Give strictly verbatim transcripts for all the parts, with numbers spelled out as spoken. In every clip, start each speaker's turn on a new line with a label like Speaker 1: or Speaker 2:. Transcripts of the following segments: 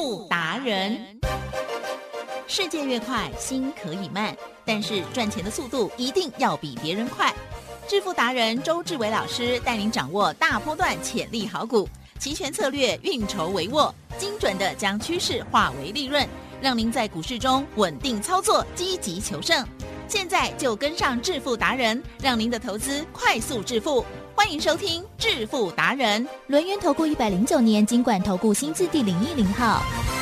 Speaker 1: 富达人。世界越快，心可以慢，但是赚钱的速度一定要比别人快。致富达人周志伟老师带您掌握大波段潜力好股，期权策略运筹帷幄，精准的将趋势化为利润，让您在股市中稳定操作，积极求胜。现在就跟上致富达人，让您的投资快速致富。欢迎收听致富达人。
Speaker 2: 轮源投顾一百零九年金管投顾新字第零一零号。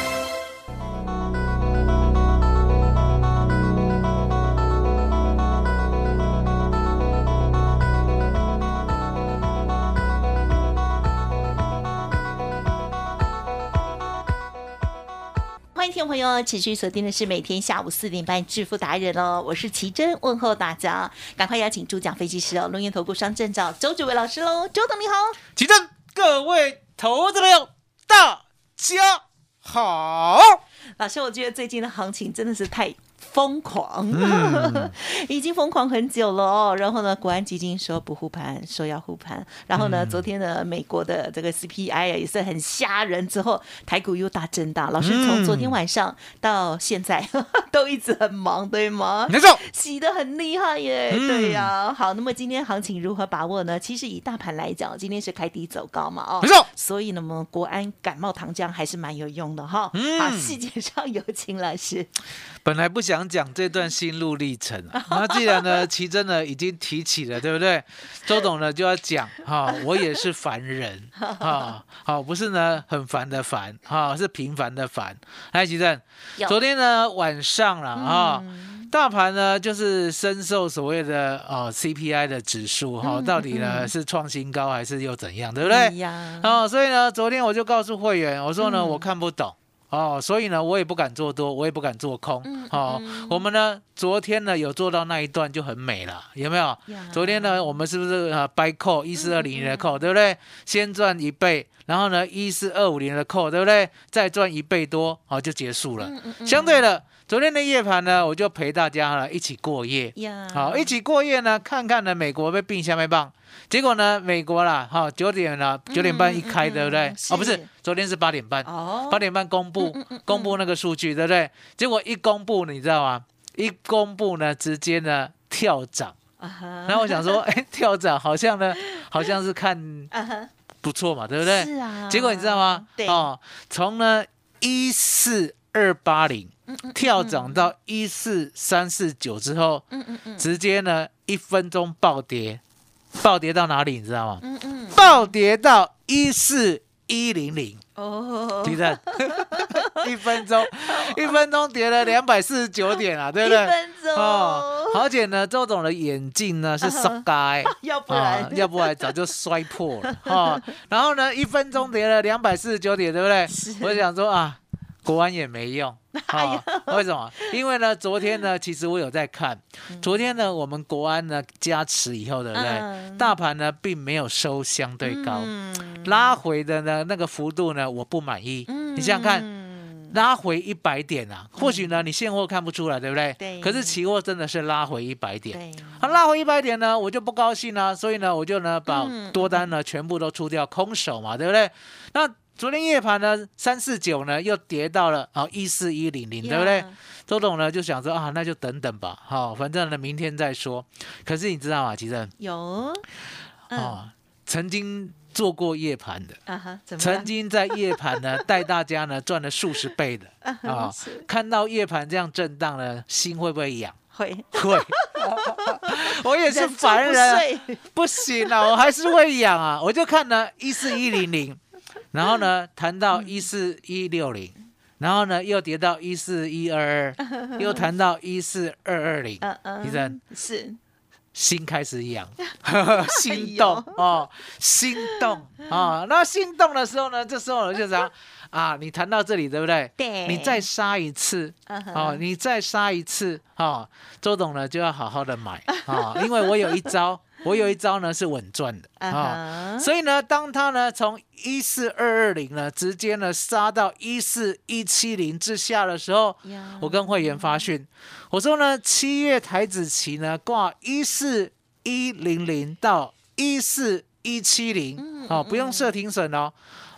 Speaker 3: 欢迎听众朋友持续锁定的是每天下午四点半致富达人哦，我是奇珍，问候大家，赶快邀请主讲分析师哦，龙岩投顾双证照周志伟老师喽，周董你好。
Speaker 4: 奇珍，各位投资朋友大家好。
Speaker 3: 老师，我觉得最近的行情真的是太疯狂，
Speaker 4: 嗯、
Speaker 3: 已经疯狂很久了哦。然后呢，国安基金说不护盘，说要护盘。然后呢，嗯、昨天呢，美国的这个 C P I 也是很吓人，之后台股又大震荡。老师从昨天晚上到现在、嗯、都一直很忙，对吗？
Speaker 4: 没错，
Speaker 3: 洗得很厉害耶。嗯、对呀、啊，好，那么今天行情如何把握呢？其实以大盘来讲，今天是开低走高嘛，哦，
Speaker 4: 没错。
Speaker 3: 所以呢，我们国安感冒糖浆还是蛮有用的哈。嗯、好，细节上有请老师。
Speaker 4: 本来不想讲这段心路历程，那既然呢，奇珍呢已经提起了，对不对？周董呢就要讲哈、哦，我也是凡人哈，好、哦，不是呢很烦的烦哈、哦，是平凡的凡。来，奇珍，昨天呢晚上了啊、嗯哦，大盘呢就是深受所谓的哦 C P I 的指数哈、哦，到底呢、嗯、是创新高还是又怎样，对不对？嗯、哦，所以呢，昨天我就告诉会员，我说呢、嗯、我看不懂。哦，所以呢，我也不敢做多，我也不敢做空。嗯、哦，嗯、我们呢，昨天呢有做到那一段就很美了，有没有？昨天呢，我们是不是啊 buy call 一四二零的 call，、嗯、对不对？先赚一倍，然後呢一四二五零的 call， 对不對？再賺一倍多，好、哦、就結束了。嗯嗯嗯、相對的，昨天的夜盤呢，我就陪大家呢一起過夜，好、哦、一起過夜呢，看看呢美國被並下面棒。結果呢，美國啦，哈、哦、九點啦，九點半一開，嗯、對不對？嗯、哦，不是，昨天是八點半，哦、八點半公布、嗯嗯嗯、公布那個數據，對不對？結果一公布，你知道嗎？一公布呢，直接呢跳漲。Uh huh. 然後我想說，哎，跳漲好像呢，好像是看不錯嘛， uh huh. 對不對？是啊。結果你知道嗎？對哦，從呢一四二八零跳漲到一四三四九之後，嗯嗯嗯、直接呢一分鐘暴跌，暴跌到哪裡？你知道嗎？嗯嗯、暴跌到一四一零零。哦，地震，一分鐘，一分鐘跌了兩百四十九點啊，對不對？一分鐘哦，而且呢，周總的眼鏡呢是摔開，
Speaker 3: 要不然、啊，
Speaker 4: 要不然早就摔破了哦。然後呢，一分鐘跌了兩百四十九點，對不對？我想說啊，國安也沒用。哦、為什麼？因為呢，昨天呢，其實我有在看，昨天呢，我們國安呢加持以後，對不對？嗯、大盤呢並沒有收相對高，嗯、拉回的呢那個幅度呢我不滿意。嗯、你想想看，拉回一百點啊，或許呢你現貨看不出來，對不對？對。可是期貨真的是拉回一百點，對。啊，拉回一百點呢，我就不高興了，所以呢，我就呢把多單呢全部都出掉，空手嘛，對不對？那昨天夜盤呢，三四九呢又跌到了啊一四一零零，對不對？周董呢就想說啊，那就等等吧，好、哦，反正呢明天再說。可是你知道嗎，其實
Speaker 3: 有，嗯、
Speaker 4: 哦，曾經做過夜盤的，
Speaker 3: 啊、
Speaker 4: 曾經在夜盤呢帶大家呢賺了數十倍的，啊、哦，看到夜盤這樣震盪呢，心會不會癢？
Speaker 3: 會
Speaker 4: 會，我也是凡人，不, 不行啊，我還是會癢啊，我就看了一四一零零。然後呢，談到一四一六零，然後呢又跌到一四一二二，又談到一四二二零，醫生
Speaker 3: 是
Speaker 4: 心開始癢，心動哦，心動哦。那心動的時候呢，這時候我就想啊，你談到這裡對不對？對，你再殺一次，哦，你再殺一次，哦，周董呢就要好好的買啊、哦，因為我有一招。我有一招呢是穩賺的啊、uh huh. 哦，所以呢，當他呢從一四二二零呢直接呢殺到一四一七零之下的時候，yeah. 我跟會員發訊，我說呢，七月台指期呢掛一四一零零到一四一七零，哦，不用設停損哦。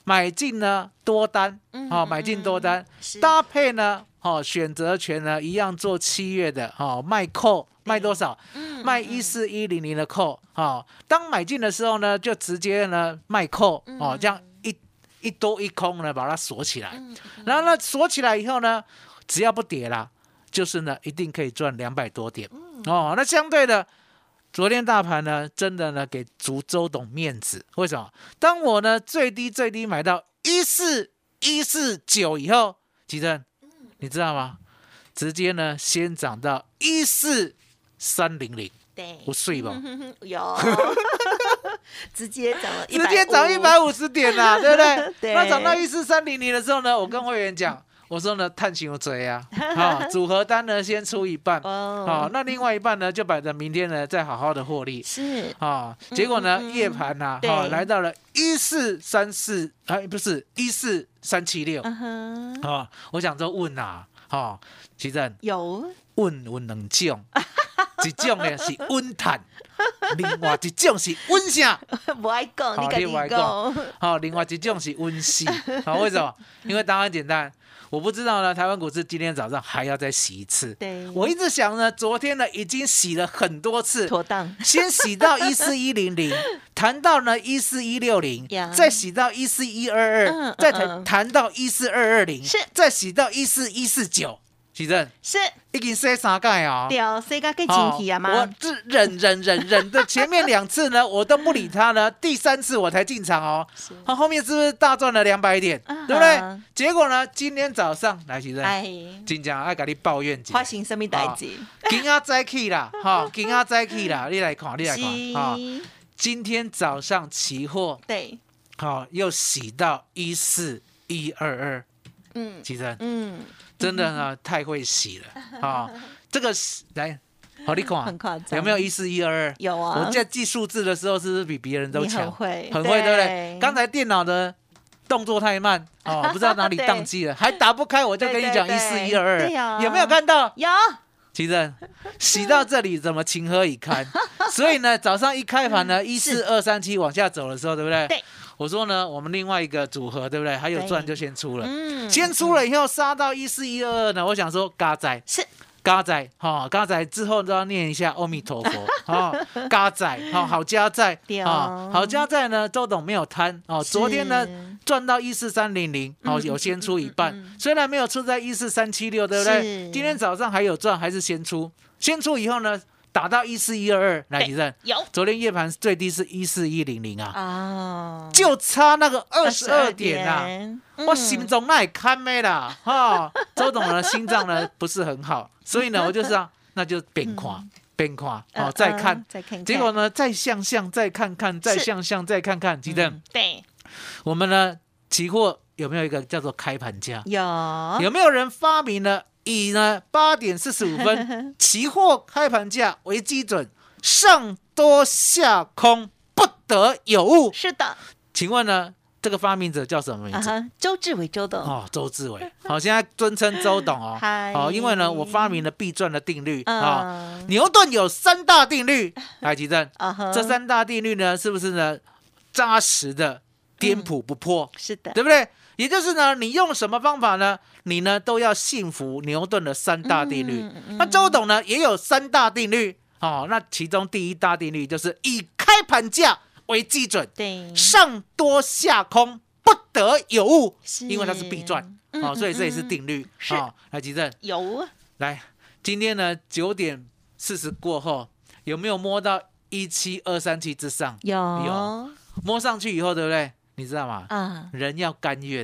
Speaker 4: 买进呢多单，好、哦、买进多单，
Speaker 3: 是
Speaker 4: 搭配呢，哦选择权呢一样做七月的，哦卖扣卖多少？
Speaker 3: 嗯
Speaker 4: 卖一四一零零的扣，哦，当买进的时候呢，就直接呢卖扣，哦这样一一多一空呢把它锁起来，然后呢锁起来以后呢，只要不跌啦，就是呢一定可以赚两百多点，哦，那相对的。昨天大盘呢，真的呢给足周董面子，为什么？当我呢最低最低买到一四一四九以后，吉正，你知道吗？直接呢先涨到一四三零零，
Speaker 3: 对，
Speaker 4: 不睡吧？
Speaker 3: 有，直接涨了，
Speaker 4: 直接涨一百五十点啦，对不对？
Speaker 3: 对
Speaker 4: 那涨到一四三零零的时候呢，我跟会员讲。我说呢，探行有追啊，好、哦，组合单呢先出一半，
Speaker 3: 哦，
Speaker 4: 好、哦，那另外一半呢就摆着明天呢再好好的获利，
Speaker 3: 是，
Speaker 4: 啊、哦，结果呢、
Speaker 3: 嗯嗯、
Speaker 4: 夜盘呐、啊，
Speaker 3: 对
Speaker 4: 哦，来到了一四三四，哎，不是一四三七六，
Speaker 3: 嗯哼，
Speaker 4: 哦，我想说问啊，哦，其实
Speaker 3: 有
Speaker 4: 问有两种，一种呢是稳赚，另外一种是稳啥？
Speaker 3: 不爱讲，你
Speaker 4: 好
Speaker 3: 跟你
Speaker 4: 你不爱讲
Speaker 3: 讲，
Speaker 4: 好、哦，另外一种是温死，好、哦，为什么？因为答案简单。我不知道呢，台湾股市今天早上还要再洗一次。
Speaker 3: 对，
Speaker 4: 我一直想呢，昨天呢已经洗了很多次，
Speaker 3: 妥当，
Speaker 4: 先洗到一四一零零，谈到呢一四一六零，再洗到一四一二二，再谈谈到一四二二零，再洗到一四一四九。奇正
Speaker 3: 是
Speaker 4: 已经洗三盖哦，
Speaker 3: 对，洗个给清气啊嘛。
Speaker 4: 我这忍忍忍忍的前面两次呢，我都不理他呢，第三次我才进场哦。他后面是不是大赚了两百点？
Speaker 3: 啊、
Speaker 4: 对不对？结果呢，今天早上来奇正，
Speaker 3: 哎，
Speaker 4: 真正爱跟你抱怨一下，
Speaker 3: 发生什么代志？
Speaker 4: 今仔早起啦，哈，今仔早起啦，你来看，你来看，哈，今天早上期货
Speaker 3: 对，
Speaker 4: 好、哦、又洗到一四一二二，嗯，奇正，嗯。真的呢，太会洗了啊、哦！这个来，好，你看，
Speaker 3: 很夸张，
Speaker 4: 有没有一四一二二？
Speaker 3: 有啊！
Speaker 4: 我在记数字的时候，是不是比别人都强？
Speaker 3: 很会，
Speaker 4: 很会，对不对？刚才电脑的动作太慢哦，不知道哪里宕机了，还打不开，我就跟你讲一四一二二，有没有看到？
Speaker 3: 有。
Speaker 4: 其实洗到这里怎么情何以堪？所以呢，早上一开盘呢，一四二三七往下走的时候，对不对？
Speaker 3: 对。
Speaker 4: 我说呢，我们另外一个组合，对不对？还有赚就先出了，嗯，先出了以后杀到一四一二二呢，我想说嘎仔
Speaker 3: 是
Speaker 4: 嘎仔哈，嘎仔之后都要念一下阿弥陀佛哈，嘎仔哈，好加在啊，好加在呢，周董没有贪哦，昨天呢赚到一四三零零，好有先出一半，虽然没有出在一四三七六，对不对？今天早上还有赚，还是先出，先出以后呢？打到一四一二二，来吉正，
Speaker 3: 有。
Speaker 4: 昨天夜盘最低是一四一零零啊，
Speaker 3: 哦，
Speaker 4: 就差那个二十二点啊，嗯、我心中那也看没啦，哈，周董的心脏呢不是很好，所以呢，我就是啊，那就边看边看，好、哦、再看，
Speaker 3: 呃、再看看，
Speaker 4: 结果呢再向向再看看，再向向再看看，吉正、嗯，
Speaker 3: 对，
Speaker 4: 我们呢期货有没有一个叫做开盘价？
Speaker 3: 有，
Speaker 4: 有没有人发明了？以呢八点四十五分期货开盘价为基准，上多下空不得有误。
Speaker 3: 是的，
Speaker 4: 请问呢，这个发明者叫什么名字？
Speaker 3: 啊、周志伟周董。
Speaker 4: 哦，周志伟。好，现在尊称周董哦。好、哦，因为呢，我发明了必赚的定律啊、哦。牛顿有三大定律，来吉正。uh-huh、这三大定律呢，是不是呢扎实的、颠扑不破？
Speaker 3: 嗯、是的，
Speaker 4: 对不对？也就是呢，你用什么方法呢？你呢都要信服牛顿的三大定律。嗯嗯、那周董呢也有三大定律哦。那其中第一大定律就是以开盘价为基准，
Speaker 3: 对，
Speaker 4: 上多下空不得有误，因为它是必赚、嗯、哦，所以这也是定律。
Speaker 3: 是、
Speaker 4: 哦，来吉正
Speaker 3: 有
Speaker 4: 来，今天呢九点四十过后有没有摸到一七二三七之上？
Speaker 3: 有，
Speaker 4: 有摸上去以后，对不对？你知道吗？
Speaker 3: 啊，
Speaker 4: 人要甘愿。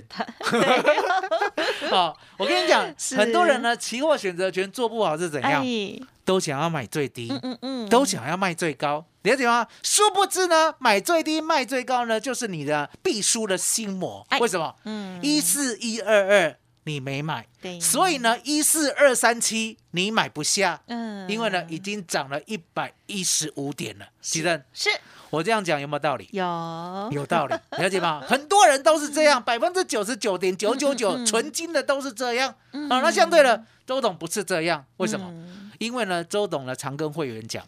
Speaker 4: 好、哦，我跟你讲，很多人呢，期货选择权做不好是怎样？哎、都想要买最低，嗯嗯嗯，都想要卖最高，了解吗？殊不知呢，买最低卖最高呢，就是你的必输的心魔。哎、为什么？嗯，一四一二二你没买，对，所以呢，一四二三七你买不下，嗯，因为呢，已经涨了一百一十五点了。吉正
Speaker 3: 是。
Speaker 4: 我这样讲有没有道理？
Speaker 3: 有，
Speaker 4: 有道理，了解吗？很多人都是这样，百分之九十九点九九九纯金的都是这样。嗯、啊，那相对的，周董不是这样，为什么？嗯、因为呢，周董呢常跟会员讲，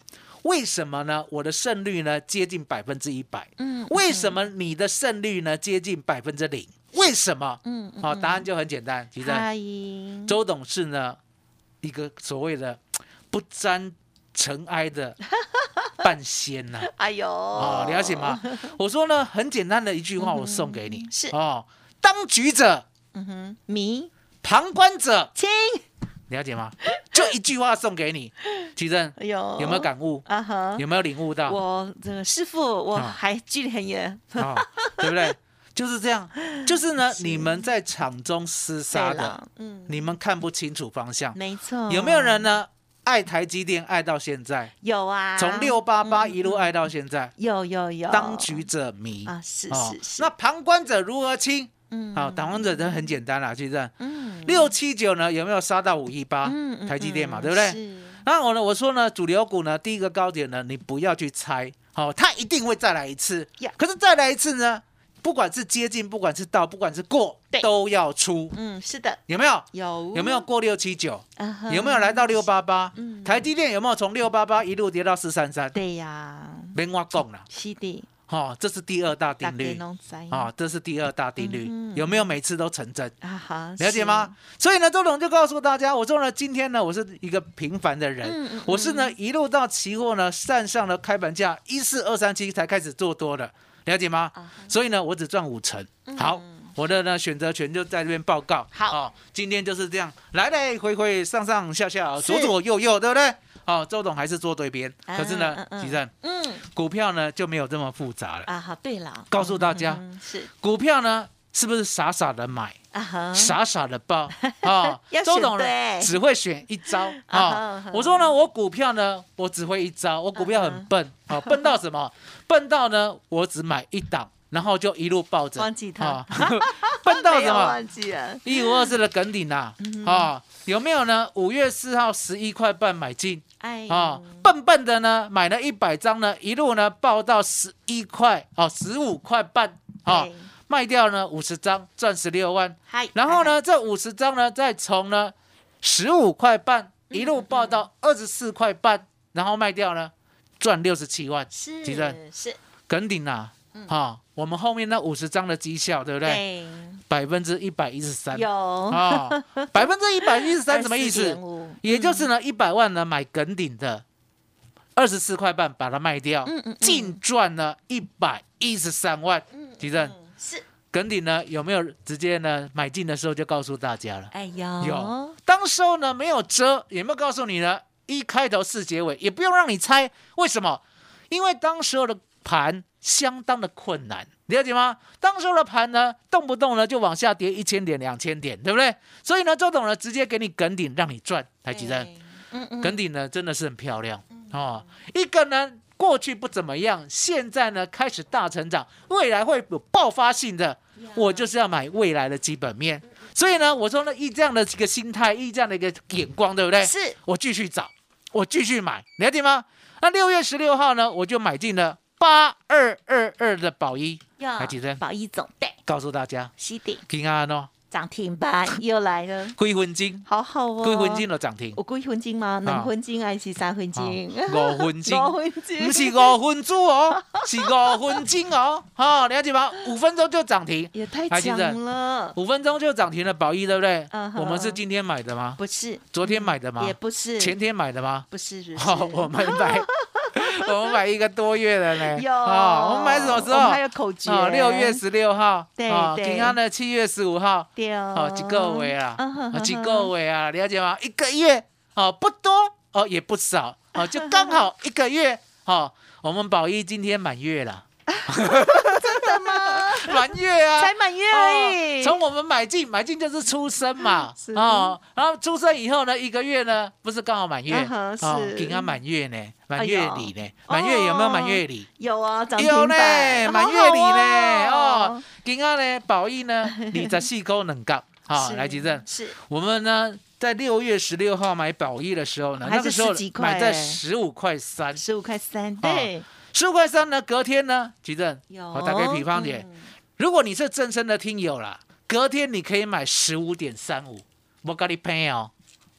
Speaker 4: 为什么呢？我的胜率呢接近百分之一百。
Speaker 3: 嗯，
Speaker 4: 为什么你的胜率呢接近百分之零？为什么？
Speaker 3: 嗯，
Speaker 4: 好、答案就很简单。其实周董事呢，一个所谓的不沾尘埃的半仙呐、啊。
Speaker 3: 哎呦，
Speaker 4: 哦，了解吗？我说呢，很简单的一句话，我送给你、
Speaker 3: 嗯、是
Speaker 4: 哦，当局者，
Speaker 3: 嗯哼，迷，
Speaker 4: 旁观者
Speaker 3: 清。
Speaker 4: 了解吗？就一句话送给你，奇珍，
Speaker 3: 哎呦，
Speaker 4: 有没有感悟？
Speaker 3: 啊哈，
Speaker 4: 有没有领悟到？
Speaker 3: 我这个师傅，我还距离很远，
Speaker 4: 哦、对不对？就是这样，就是呢，是你们在场中厮杀的，嗯，你们看不清楚方向，
Speaker 3: 没错。
Speaker 4: 有没有人呢？爱台积电爱到现在？
Speaker 3: 有啊，
Speaker 4: 从六八八一路爱到现在。
Speaker 3: 有有有。
Speaker 4: 当局者迷
Speaker 3: 啊，是是是。
Speaker 4: 那旁观者如何清？
Speaker 3: 嗯，
Speaker 4: 好，旁观者这很简单啦，其实，
Speaker 3: 嗯，
Speaker 4: 六七九呢有没有杀到五一八？嗯，台积电嘛，对不对？
Speaker 3: 是。
Speaker 4: 那我呢，我说呢，主流股呢，第一个高点呢，你不要去猜，好，它一定会再来一次。可是再来一次呢，不管是接近，不管是到，不管是过，都要出。
Speaker 3: 嗯，是的，
Speaker 4: 有没有？
Speaker 3: 有。
Speaker 4: 有没有过六七九？有没有来到六八八？台积电有没有从六八八一路跌到四三三？
Speaker 3: 对呀，
Speaker 4: 没我讲了。
Speaker 3: 是的。
Speaker 4: 哦，这是第二大定律。哦，这是第二大定律，嗯、有没有每次都成真？
Speaker 3: 啊、
Speaker 4: 了解吗？所以呢，周董就告诉大家，我说呢，今天呢，我是一个平凡的人，嗯嗯、我是呢一路到期货呢站上了开盘价一四二三七才开始做多的，了解吗？啊、所以呢，我只赚五成。好。嗯我的呢选择权就在这边报告。
Speaker 3: 好、
Speaker 4: 哦，今天就是这样，来来回回，上上下下，左左右右，对不对？哦，周董还是做对边，可是呢，其实嗯，股票呢就没有这么复杂了
Speaker 3: 啊。好，对了，
Speaker 4: 告诉大家，
Speaker 3: 嗯、是
Speaker 4: 股票呢是不是傻傻的买，
Speaker 3: 啊、
Speaker 4: 傻傻的报啊？周董呢只会选一招啊。
Speaker 3: 啊
Speaker 4: 我说呢，我股票呢我只会一招，我股票很笨啊，笨到什么？笨到呢我只买一档。然后就一路抱着，
Speaker 3: 忘记它，
Speaker 4: 啊、笨到什么？
Speaker 3: 忘记了
Speaker 4: 一五二四的梗顶啊，嗯、啊，有没有呢？五月四号十一块半买进，
Speaker 3: 哎，
Speaker 4: 啊，笨笨的呢，买了一百张呢，一路呢抱到十一块，哦、啊，十五块半，啊，哎、卖掉呢五十张，赚十六万，然后呢，这五十张呢，再从呢十五块半一路抱到二十四块半，嗯、然后卖掉呢，赚六十七万，
Speaker 3: 是
Speaker 4: 是梗顶啊。哈、嗯，我们后面那五十张的绩效，对不对？百分之一百一十三，
Speaker 3: 有
Speaker 4: 啊，百分之一百一十三什么意思？也就是呢，一百万呢买梗顶的，二十四块半把它卖掉，嗯嗯、净赚了一百一十三万。吉正、嗯、是梗顶呢有没有直接呢买进的时候就告诉大家了？
Speaker 3: 哎有
Speaker 4: 有，当时候呢没有遮，有没有告诉你呢？一开头四结尾，也不用让你猜，为什么？因为当时候的盘相当的困难，了解吗？当时候的盘呢，动不动呢就往下跌一千点、两千点，对不对？所以呢，周董呢直接给你梗顶，让你赚台积电。嗯嗯，梗顶呢真的是很漂亮哦。一个呢过去不怎么样，现在呢开始大成长，未来会有爆发性的，我就是要买未来的基本面。所以呢，我说呢，以这样的一个心态，以这样的一个眼光，对不对？
Speaker 3: 是，
Speaker 4: 我继续找，我继续买，了解吗？那六月十六号呢，我就买进了八二二二的宝一，还记得？
Speaker 3: 宝一总对，
Speaker 4: 告诉大家，
Speaker 3: 是的，
Speaker 4: 平安哦，
Speaker 3: 涨停板又来了，
Speaker 4: 几分钟，
Speaker 3: 好好哦，
Speaker 4: 几分钟就涨停，
Speaker 3: 有几分钟吗？两分钟还是三分钟？
Speaker 4: 五分钟，
Speaker 3: 五分钟，
Speaker 4: 不是五分钟哦，是五分钟哦，好，了解吗？五分钟就涨停，
Speaker 3: 也太强了，
Speaker 4: 五分钟就涨停了，宝一对不对？我们是今天买的吗？
Speaker 3: 不是，
Speaker 4: 昨天买的吗？
Speaker 3: 也不是，
Speaker 4: 前天买的吗？
Speaker 3: 不是，
Speaker 4: 好，我们买。我们买一个多月了呢，
Speaker 3: 有、
Speaker 4: 哦，我们买什么时候？
Speaker 3: 我们还有口诀，
Speaker 4: 哦，六月十六号，
Speaker 3: 对
Speaker 4: 哦，
Speaker 3: 对，
Speaker 4: 平安的七月十五号，
Speaker 3: 对
Speaker 4: 哦，几个月啊，哦、几个月啊，了解吗？一个月，哦，不多，哦，也不少，哦，就刚好一个月，哦，我们宝一今天满月了。
Speaker 3: 真的吗？
Speaker 4: 满月啊，
Speaker 3: 才满月而已。
Speaker 4: 从、哦、我们买进，买进就是出生嘛，哦，然后出生以后呢，一个月呢，不是刚好满月，
Speaker 3: 啊、
Speaker 4: 哦，平安满月呢，满月礼呢，满、哎、月有没有满月礼？
Speaker 3: 有啊，涨停
Speaker 4: 有呢，满月礼呢，
Speaker 3: 哦，
Speaker 4: 哦平安呢，宝一呢，二十四块两角，好，来吉正，
Speaker 3: 是我
Speaker 4: 们呢。在六月十六号买宝一的时候呢，那个时候买在十五块三，
Speaker 3: 十五块三，对，
Speaker 4: 十五块三呢，隔天呢，吉正，我打个比方点，嗯、如果你是正声的听友啦，隔天你可以买十五点三五，我跟你赔哦，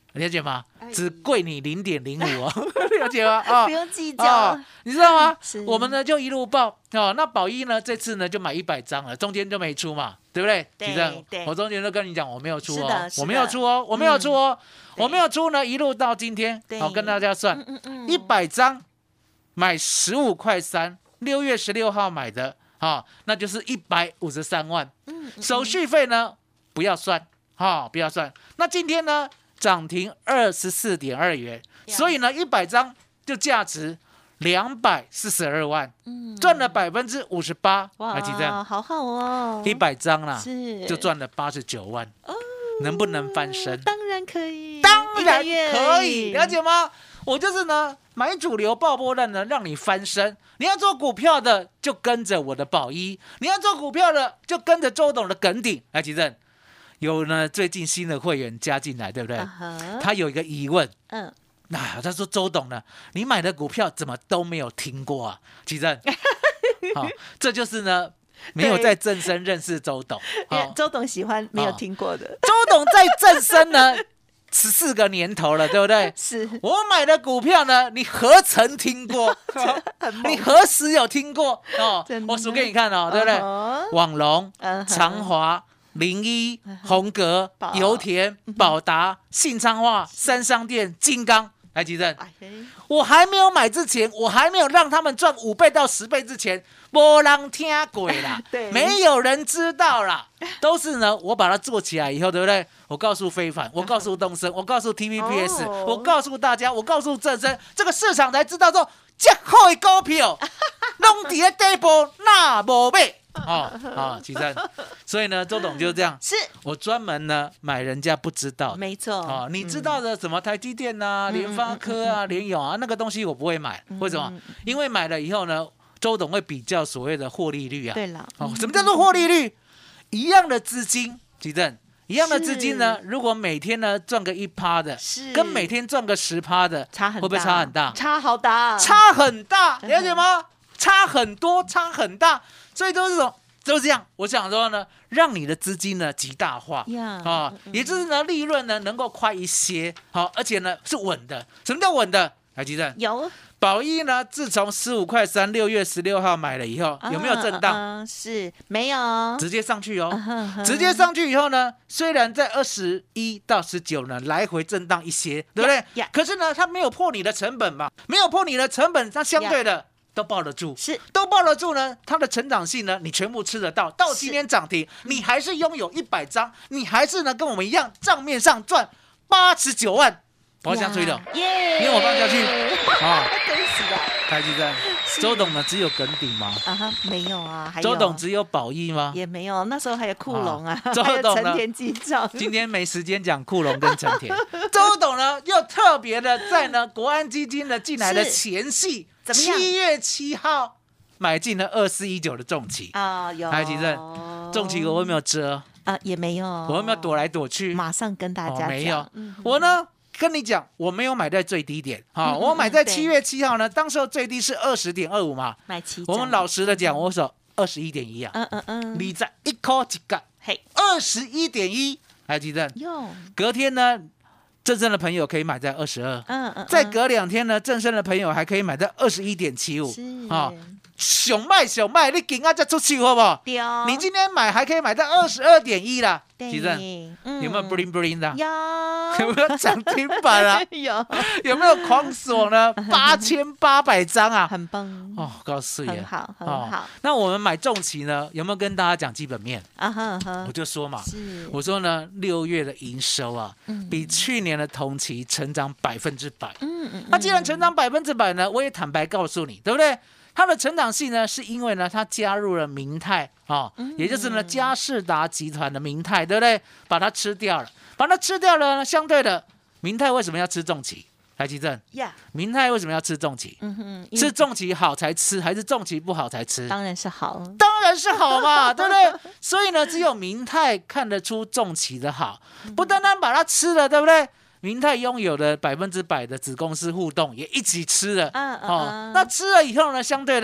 Speaker 4: 了解吗？只贵你零点零五哦，了解吗？啊、
Speaker 3: 不用计较，
Speaker 4: 哦，你知道吗
Speaker 3: 是？
Speaker 4: 我们呢就一路报哦。那宝一呢这次呢就买一百张了，中间就没出嘛，对不对？
Speaker 3: 对
Speaker 4: 其实
Speaker 3: 对
Speaker 4: 我中间都跟你讲我没有出哦
Speaker 3: 是的，是的
Speaker 4: 我没有出哦，我没有出哦，
Speaker 3: 对
Speaker 4: 我没有出呢，一路到今天，
Speaker 3: 对
Speaker 4: 好跟大家算
Speaker 3: 嗯嗯
Speaker 4: 一百张买十五块三，六月十六号买的，啊，那就是一百五十三万，
Speaker 3: 嗯嗯
Speaker 4: 手续费呢不要算，哈，不要算。那今天呢涨停二十四点二元，所以呢一百张就价值两百四十二万，赚了百分之五十八，来几张？
Speaker 3: 好好哦，
Speaker 4: 一百张啦，
Speaker 3: 是
Speaker 4: 就赚了八十九万，能不能翻身？
Speaker 3: 当然可以，
Speaker 4: 当然
Speaker 3: 一个月
Speaker 4: 可以，
Speaker 3: 而已
Speaker 4: 了解吗？我就是呢，买主流爆波段呢，让你翻身。你要做股票的，就跟着我的宝一；你要做股票的，就跟着周董的耿鼎。来，奇正，有呢，最近新的会员加进来，对不对？
Speaker 3: Uh-huh
Speaker 4: 他有一个疑问，
Speaker 3: 嗯，
Speaker 4: 那、啊、他说周董呢，你买的股票怎么都没有听过啊？奇正，好，这就是呢，没有在正身认识周董。
Speaker 3: 因为
Speaker 4: 好，
Speaker 3: 周董喜欢没有听过的，
Speaker 4: 周董在正身呢十四个年头了，对不对？
Speaker 3: 是
Speaker 4: 我买的股票呢，你何曾听过？你何时有听过哦？我数给你看哦，对不对？
Speaker 3: 嗯
Speaker 4: 网龙、
Speaker 3: 嗯哼
Speaker 4: 长华、零一、宏格
Speaker 3: 宝、
Speaker 4: 油田、宝达、信昌化、三商店、金刚。来，吉正，
Speaker 3: 哎嘿
Speaker 4: 我还没有买之前，我还没有让他们赚五倍到十倍之前，没人听过啦，
Speaker 3: 对
Speaker 4: 没有人知道啦，都是呢，我把它做起来以后，对不对？我告诉非凡，我告诉东升，我告诉 T V B S，、
Speaker 3: 哦
Speaker 4: 我告诉大家，我告诉正生，这个市场才知道说，这好的股票，弄伫咧底部那无买。哦哦，其实，所以呢，周董就是这样，
Speaker 3: 是
Speaker 4: 我专门呢买人家不知道的，
Speaker 3: 没错
Speaker 4: 哦，你知道的什么台积电啊、联发科啊、联咏啊，那个东西我不会买，为什么？因为买了以后呢，周董会比较所谓的获利率啊。
Speaker 3: 对了，
Speaker 4: 哦，什么叫做获利率？一样的资金，吉正，一样的资金呢，如果每天呢赚个一趴的，
Speaker 3: 是
Speaker 4: 跟每天赚个十趴的，
Speaker 3: 差很大，
Speaker 4: 会不会差很大？
Speaker 3: 差好大，
Speaker 4: 差很大，了解吗？差很多，差很大，所以都是这种。就这样，我想说呢，让你的资金呢极大化
Speaker 3: 呀
Speaker 4: 啊，也就是呢利润呢能够快一些，好，而且呢是稳的。什么叫稳的？来，吉正，
Speaker 3: 有
Speaker 4: 宝一呢，自从十五块三，六月十六号买了以后，有没有震荡？
Speaker 3: 嗯嗯是没有，
Speaker 4: 直接上去哦，
Speaker 3: 嗯哼哼
Speaker 4: 直接上去以后呢，虽然在二十一到十九呢来回震荡一些，对不对？
Speaker 3: 呀
Speaker 4: 可是呢，它没有破你的成本嘛，没有破你的成本，它相对的。都抱得住，
Speaker 3: 是
Speaker 4: 都抱得住呢。它的成长性呢，你全部吃得到。到今天涨停，你还是拥有一百张，你还是呢跟我们一样，账面上赚八十九万。我要这样吹的，
Speaker 3: 耶！
Speaker 4: 因为我放下去啊，
Speaker 3: 真是的
Speaker 4: 台积电。周董呢只有耿鼎吗？
Speaker 3: 啊哈，没有啊，还有
Speaker 4: 周董只有宝益吗？
Speaker 3: 也没有，那时候还有库龙啊，
Speaker 4: 啊周
Speaker 3: 还有
Speaker 4: 董呢
Speaker 3: 成田机长。
Speaker 4: 今天没时间讲库龙跟成田。周董呢又特别的在呢国安基金的进来的前夕，
Speaker 3: 怎么样
Speaker 4: 七月七号买进了二四一九的重旗
Speaker 3: 啊，有
Speaker 4: 台积电重旗，我有没有遮
Speaker 3: 啊？也没有，
Speaker 4: 我有没有躲来躲去？
Speaker 3: 马上跟大家讲，
Speaker 4: 哦、没有、
Speaker 3: 嗯，
Speaker 4: 我呢跟你讲，我没有买在最低点，哈、
Speaker 3: 嗯，
Speaker 4: 我买在
Speaker 3: 对
Speaker 4: 七月七号呢，当时候最低是二十点二五嘛，
Speaker 3: 买七张，
Speaker 4: 我们老实的讲，我说二十一点一啊，
Speaker 3: 嗯嗯嗯，
Speaker 4: 你在一颗一个，
Speaker 3: 嘿，
Speaker 4: 二十一点一，还记得？
Speaker 3: 哟，
Speaker 4: 隔天呢，正生的朋友可以买在二十二，
Speaker 3: 嗯嗯，
Speaker 4: 再隔两天呢，正生的朋友还可以买在二十一点七五，
Speaker 3: 是
Speaker 4: 啊，熊卖熊卖，你今啊再出去好不好？
Speaker 3: 对哦，
Speaker 4: 你今天买还可以买在二十二点一啦，
Speaker 3: 对
Speaker 4: 其实
Speaker 3: 嗯
Speaker 4: 有没有 bling bling 的？
Speaker 3: 有
Speaker 4: 有没有涨停板啊？
Speaker 3: 有，
Speaker 4: 有没有狂锁呢？八千八百张啊！
Speaker 3: 很棒
Speaker 4: 哦，告诉你，
Speaker 3: 很好很
Speaker 4: 哦
Speaker 3: 好。
Speaker 4: 那我们买重旗呢，有没有跟大家讲基本面？
Speaker 3: 啊哈哈
Speaker 4: 我，就说嘛，
Speaker 3: 是，
Speaker 4: 我说呢，六月的营收啊，
Speaker 3: 嗯
Speaker 4: 比去年的同期成长百分之百。
Speaker 3: 嗯嗯，
Speaker 4: 那既然成长百分之百呢，我也坦白告诉你，对不对？它的成长性呢，是因为呢，它加入了明泰啊、哦
Speaker 3: 嗯
Speaker 4: 也就是呢佳士达集团的明泰，对不对？把它吃掉了，把它吃掉了呢，相对的，明泰为什么要吃重旗？台积电，
Speaker 3: 呀，
Speaker 4: 明泰为什么要吃重旗？
Speaker 3: 嗯哼，
Speaker 4: 是重旗好才吃，还是重旗不好才吃？
Speaker 3: 当然是好，
Speaker 4: 当然是好嘛，对不对？所以呢，只有明泰看得出重旗的好，不单单把它吃了，对不对？明泰拥有的百分之百的子公司互动也一起吃了，
Speaker 3: 嗯嗯
Speaker 4: 哦
Speaker 3: 嗯，
Speaker 4: 那吃了以后呢，相对的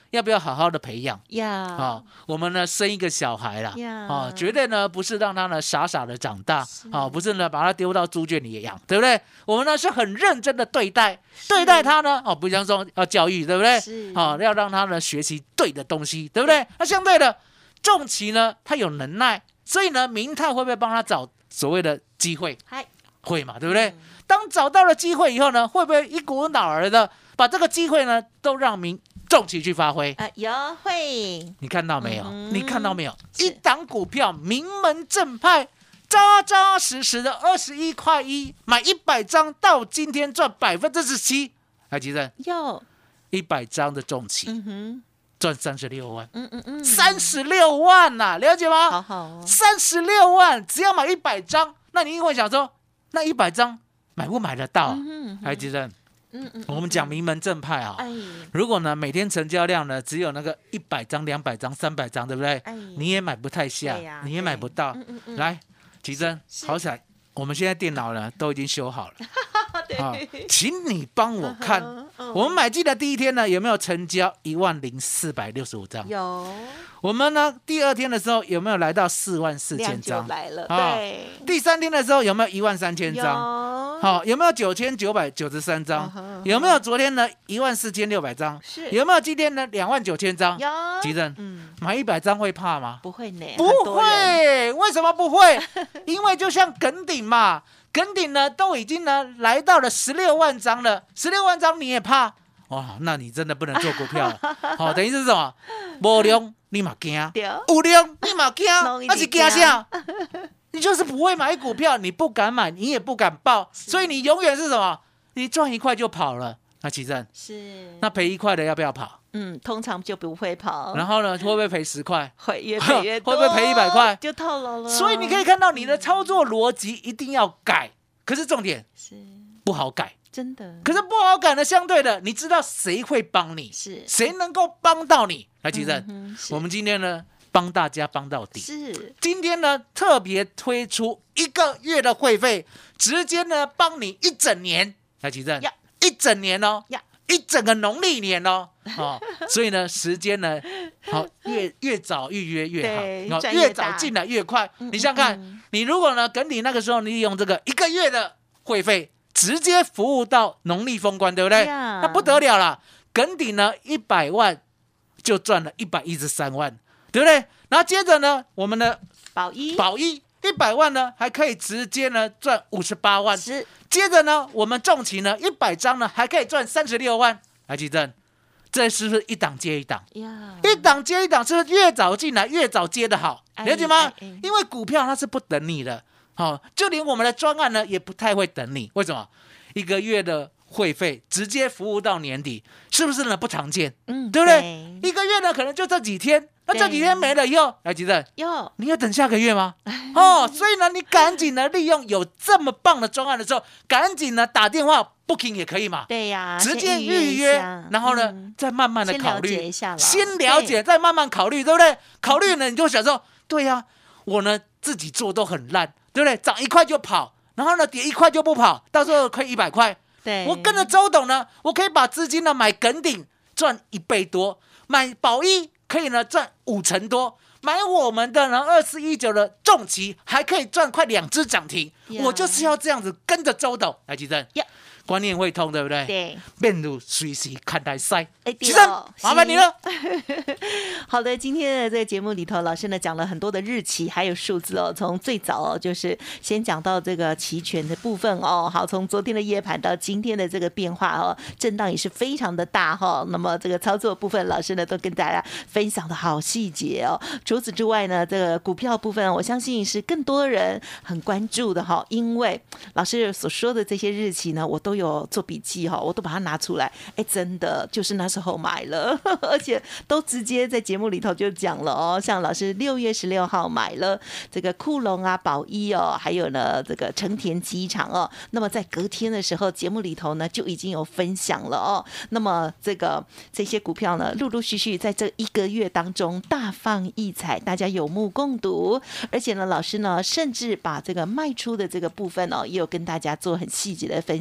Speaker 4: 要不要好好的培养？
Speaker 3: 呀，
Speaker 4: 啊，我们呢生一个小孩啦，
Speaker 3: 呀
Speaker 4: 啊，绝对呢不是让他呢傻傻的长大，啊，不是呢把他丢到猪圈里养，对不对？我们呢是很认真的对待，对待他呢，哦，不像说要教育，对不对？
Speaker 3: 是
Speaker 4: 啊，要让他呢学习对的东西，对不对？那相对的，重棋呢他有能耐，所以呢明探会不会帮他找所谓的机会？
Speaker 3: 嗨，
Speaker 4: 会嘛，对不对？当找到了机会以后呢，会不会一股脑儿的把这个机会呢都让民重棋去发挥？
Speaker 3: 啊，有会，
Speaker 4: 你看到没有？
Speaker 3: 嗯
Speaker 4: 你看到没有？
Speaker 3: 是
Speaker 4: 一档股票名门正派，扎扎实实的二十一块一，买一百张，到今天赚百分之十七。来，吉正，
Speaker 3: 有，
Speaker 4: 一百张的重棋
Speaker 3: 嗯哼，
Speaker 4: 赚三十六万，
Speaker 3: 嗯嗯嗯，
Speaker 4: 三十六万呐、了解吗？
Speaker 3: 好好哦，
Speaker 4: 三十六万，只要买一百张，那你一定会想说，那一百张买不买得到、啊？
Speaker 3: 嗯
Speaker 4: 来，吉正，
Speaker 3: 嗯嗯，
Speaker 4: 我们讲名门正派啊、
Speaker 3: 哎，
Speaker 4: 如果呢每天成交量呢只有那个一百张、两百张、三百张，对不对？
Speaker 3: 哎
Speaker 4: 你也买不太下，
Speaker 3: 对呀
Speaker 4: 你也买不到。
Speaker 3: 嗯嗯嗯
Speaker 4: 来，吉珍，好彩我们现在电脑呢都已经修好了，啊，请你帮我看，
Speaker 3: 嗯
Speaker 4: 我们买进的第一天呢有没有成交一万零四百六十五张？
Speaker 3: 有，
Speaker 4: 我们呢第二天的时候有没有来到四万四千
Speaker 3: 量就
Speaker 4: 张？
Speaker 3: 来了，
Speaker 4: 啊
Speaker 3: 对，
Speaker 4: 第三天的时候有没有一万三千张？
Speaker 3: 有，
Speaker 4: 好，有没有九千九百九十三张
Speaker 3: 嗯哼？
Speaker 4: 有没有昨天呢一万四千六百张？
Speaker 3: 是
Speaker 4: 有没有今天呢两万九千张？
Speaker 3: 有，
Speaker 4: 吉正，
Speaker 3: 嗯，
Speaker 4: 买一百张会怕吗？
Speaker 3: 不会呢，
Speaker 4: 不
Speaker 3: 很多人，
Speaker 4: 会，为什么不会？因为就像耿鼎嘛，耿鼎呢都已经呢来到了十六万张了，十六万张你也怕？哇，那你真的不能做股票了。好、等于是什么？无量你嘛惊，
Speaker 3: 对，
Speaker 4: 有量你嘛惊
Speaker 3: 拢，一直
Speaker 4: 那是惊啥？你就是不会买股票，你不敢买，你也不敢报，所以你永远是什么？你赚一块就跑了。那奇正，
Speaker 3: 是，
Speaker 4: 那赔一块的要不要跑？
Speaker 3: 嗯，通常就不会跑，
Speaker 4: 然后呢，会不会赔十块？
Speaker 3: 会越赔越多，
Speaker 4: 会不会赔一百块
Speaker 3: 就套牢了？
Speaker 4: 所以你可以看到你的操作逻辑一定要改，可是重点
Speaker 3: 是
Speaker 4: 不好改。
Speaker 3: 真的，
Speaker 4: 可是不好改的，相对的，你知道谁会帮你？
Speaker 3: 是
Speaker 4: 谁能够帮到你？来，吉正，
Speaker 3: 嗯哼是
Speaker 4: 我们今天呢帮大家帮到底。
Speaker 3: 是
Speaker 4: 今天呢特别推出一个月的会费，直接呢帮你一整年。来，吉正
Speaker 3: 呀，
Speaker 4: 一整年哦
Speaker 3: 呀，
Speaker 4: 一整个农历年哦。哦，所以呢时间呢，好越越早预约越
Speaker 3: 对
Speaker 4: 好，好
Speaker 3: 赚越大
Speaker 4: 越早进来越快。
Speaker 3: 嗯
Speaker 4: 你想想看
Speaker 3: 嗯，
Speaker 4: 你如果呢跟你那个时候你用这个一个月的会费。直接服务到农历封关，对不对？
Speaker 3: 呀
Speaker 4: 那不得了了，耿鼎呢一百万就赚了一百一十三万，对不对？然后接着呢，我们的
Speaker 3: 保一
Speaker 4: 宝一一百万呢还可以直接呢赚五十八万，
Speaker 3: 是
Speaker 4: 接着呢我们重骑呢一百张呢还可以赚三十六万。来，吉正，这是不是一档接一档？
Speaker 3: 呀，
Speaker 4: 一档接一档，是不是越早进来越早接的好？
Speaker 3: 哎
Speaker 4: 了解吗
Speaker 3: 哎哎？
Speaker 4: 因为股票它是不等你的，好、哦，就连我们的专案呢也不太会等你。为什么？一个月的会费直接服务到年底，是不是呢？不常见，
Speaker 3: 嗯
Speaker 4: 对不对？一个月呢可能就这几天，那这几天没了以后，来，吉正，
Speaker 3: 哟，
Speaker 4: 你要等下个月吗？哦，所以呢，你赶紧呢利用有这么棒的专案的时候，赶紧呢打电话 booking 也可以嘛。
Speaker 3: 对呀，
Speaker 4: 直接
Speaker 3: 先
Speaker 4: 预约，
Speaker 3: 一下
Speaker 4: 然后呢，
Speaker 3: 嗯
Speaker 4: 再慢慢的
Speaker 3: 先了
Speaker 4: 考虑，
Speaker 3: 解一下啦
Speaker 4: 先了解，再慢慢考虑，对不对？考虑呢，你就想说，对呀、我呢自己做都很烂，对不对？涨一块就跑，然后呢跌一块就不跑，到时候亏一百块。
Speaker 3: 对，
Speaker 4: 我跟着周董呢，我可以把资金呢买耿鼎赚一倍多，买宝一可以呢赚五成多。买我们的呢二四一九的重骑还可以赚快两只涨停，
Speaker 3: 呀
Speaker 4: 我就是要这样子跟着周董来吉正
Speaker 3: 呀，
Speaker 4: 观念会通，对不对？
Speaker 3: 对，
Speaker 4: 面如随时看待赛，
Speaker 3: 哎对
Speaker 4: 吉正
Speaker 3: 哦
Speaker 4: 麻烦你了。
Speaker 3: 好的，今天的这个节目里头，老师呢讲了很多的日期还有数字哦，从最早哦就是先讲到这个期权的部分哦，好，从昨天的夜盘到今天的这个变化哦，震荡也是非常的大哈、哦。那么这个操作部分，老师呢都跟大家分享的好细节哦。除此之外呢，这个股票部分，我相信是更多人很关注的哈、哦，因为老师所说的这些日期呢，我都有做笔记哈、哦，我都把它拿出来，哎，真的就是那时候买了，而且都直接在节目里头就讲了哦。像老师六月十六号买了这个库龙啊、宝一哦，还有呢这个成田机场哦。那么在隔天的时候，节目里头呢就已经有分享了哦。那么这个这些股票呢，陆陆续续在这一个月当中大放异彩，大家有目共睹。而且呢，老师呢甚至把这个卖出的这个部分哦，也有跟大家做很细节的分享哦。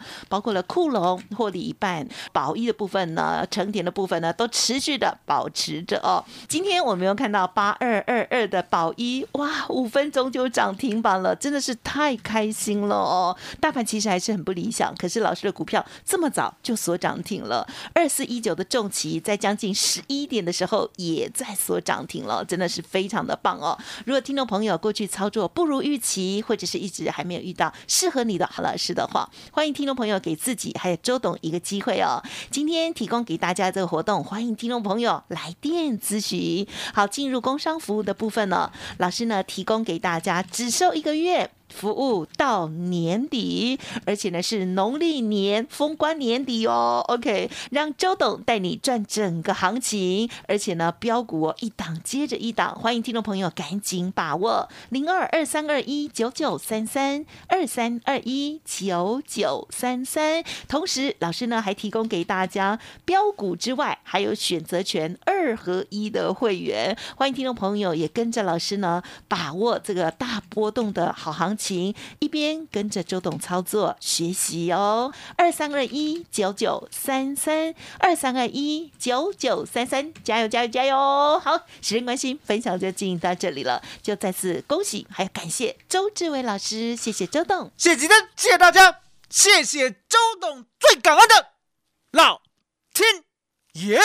Speaker 3: 包括了库龙获利一半，宝一的部分呢，成田的部分呢，都持续的保持着哦。今天我们又看到八二二二的宝一，哇，五分钟就涨停板了，真的是太开心了哦。大盘其实还是很不理想，可是老师的股票这么早就锁涨停了。二四一九的重骑在将近十一点的时候也在锁涨停了，真的是非常的棒哦。如果听众朋友过去操作不如预期，或者是一直还没有遇到适合你的好老师的话，欢迎听众朋友给自己还有周董一个机会哦。今天提供给大家这个活动，欢迎听众朋友来电咨询。好，进入工商服务的部分呢，老师呢提供给大家只收一个月，服务到年底，而且呢是农历年封关年底哦。 OK， 让周董带你赚整个行情，而且呢标股哦一档接着一档，欢迎听众朋友赶紧把握零二二三二一九九三三二三二一九九三三。同时老师呢还提供给大家标股之外还有选择权二合一的会员，欢迎听众朋友也跟着老师呢把握这个大波动的好行情，一边跟着周董操作学习哦。二三二一九九三三二三二一九九三三，加油加油加油！好，时间关系，分享就进行到这里了，就再次恭喜还有感谢周志伟老师，谢谢周董，
Speaker 4: 谢谢吉登，谢谢大家，谢谢周董，最感恩的老天爷。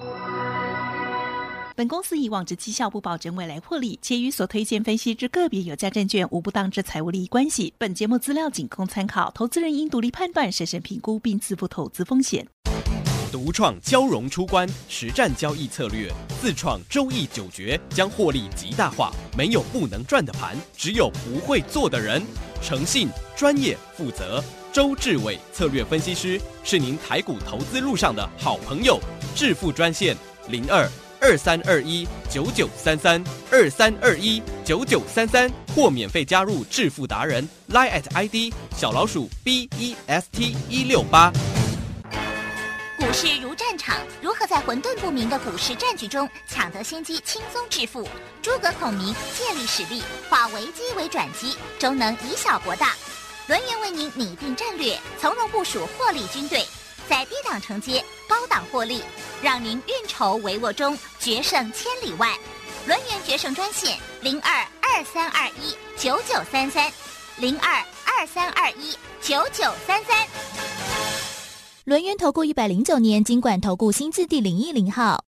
Speaker 1: 本公司以往之绩效不保证未来获利，且与所推荐分析之个别有价证券无不当之财务利益关系。本节目资料仅供参考，投资人应独立判断、审慎评估并自负投资风险。
Speaker 5: 独创交融出关实战交易策略，自创周易九诀，将获利极大化。没有不能赚的盘，只有不会做的人。诚信、专业、负责，周志伟策略分析师是您台股投资路上的好朋友。致富专线零二二三二一九九三三二三二一九九三三，或免费加入致富达人 Line at I D 小老鼠 B E S T 一六八。
Speaker 2: 股市如战场，如何在混沌不明的股市战局中抢得先机，轻松致富？诸葛孔明借力使力，化危机为转机，终能以小博大。轮源为您拟定战略，从容部署获利军队，在低档承接，高档获利，让您运筹帷幄中决胜千里外。轮源决胜专线零二二三二一九九三三零二二三二一九九三三。
Speaker 6: 轮源投顾一百零九年金管投顾新字第零一零号。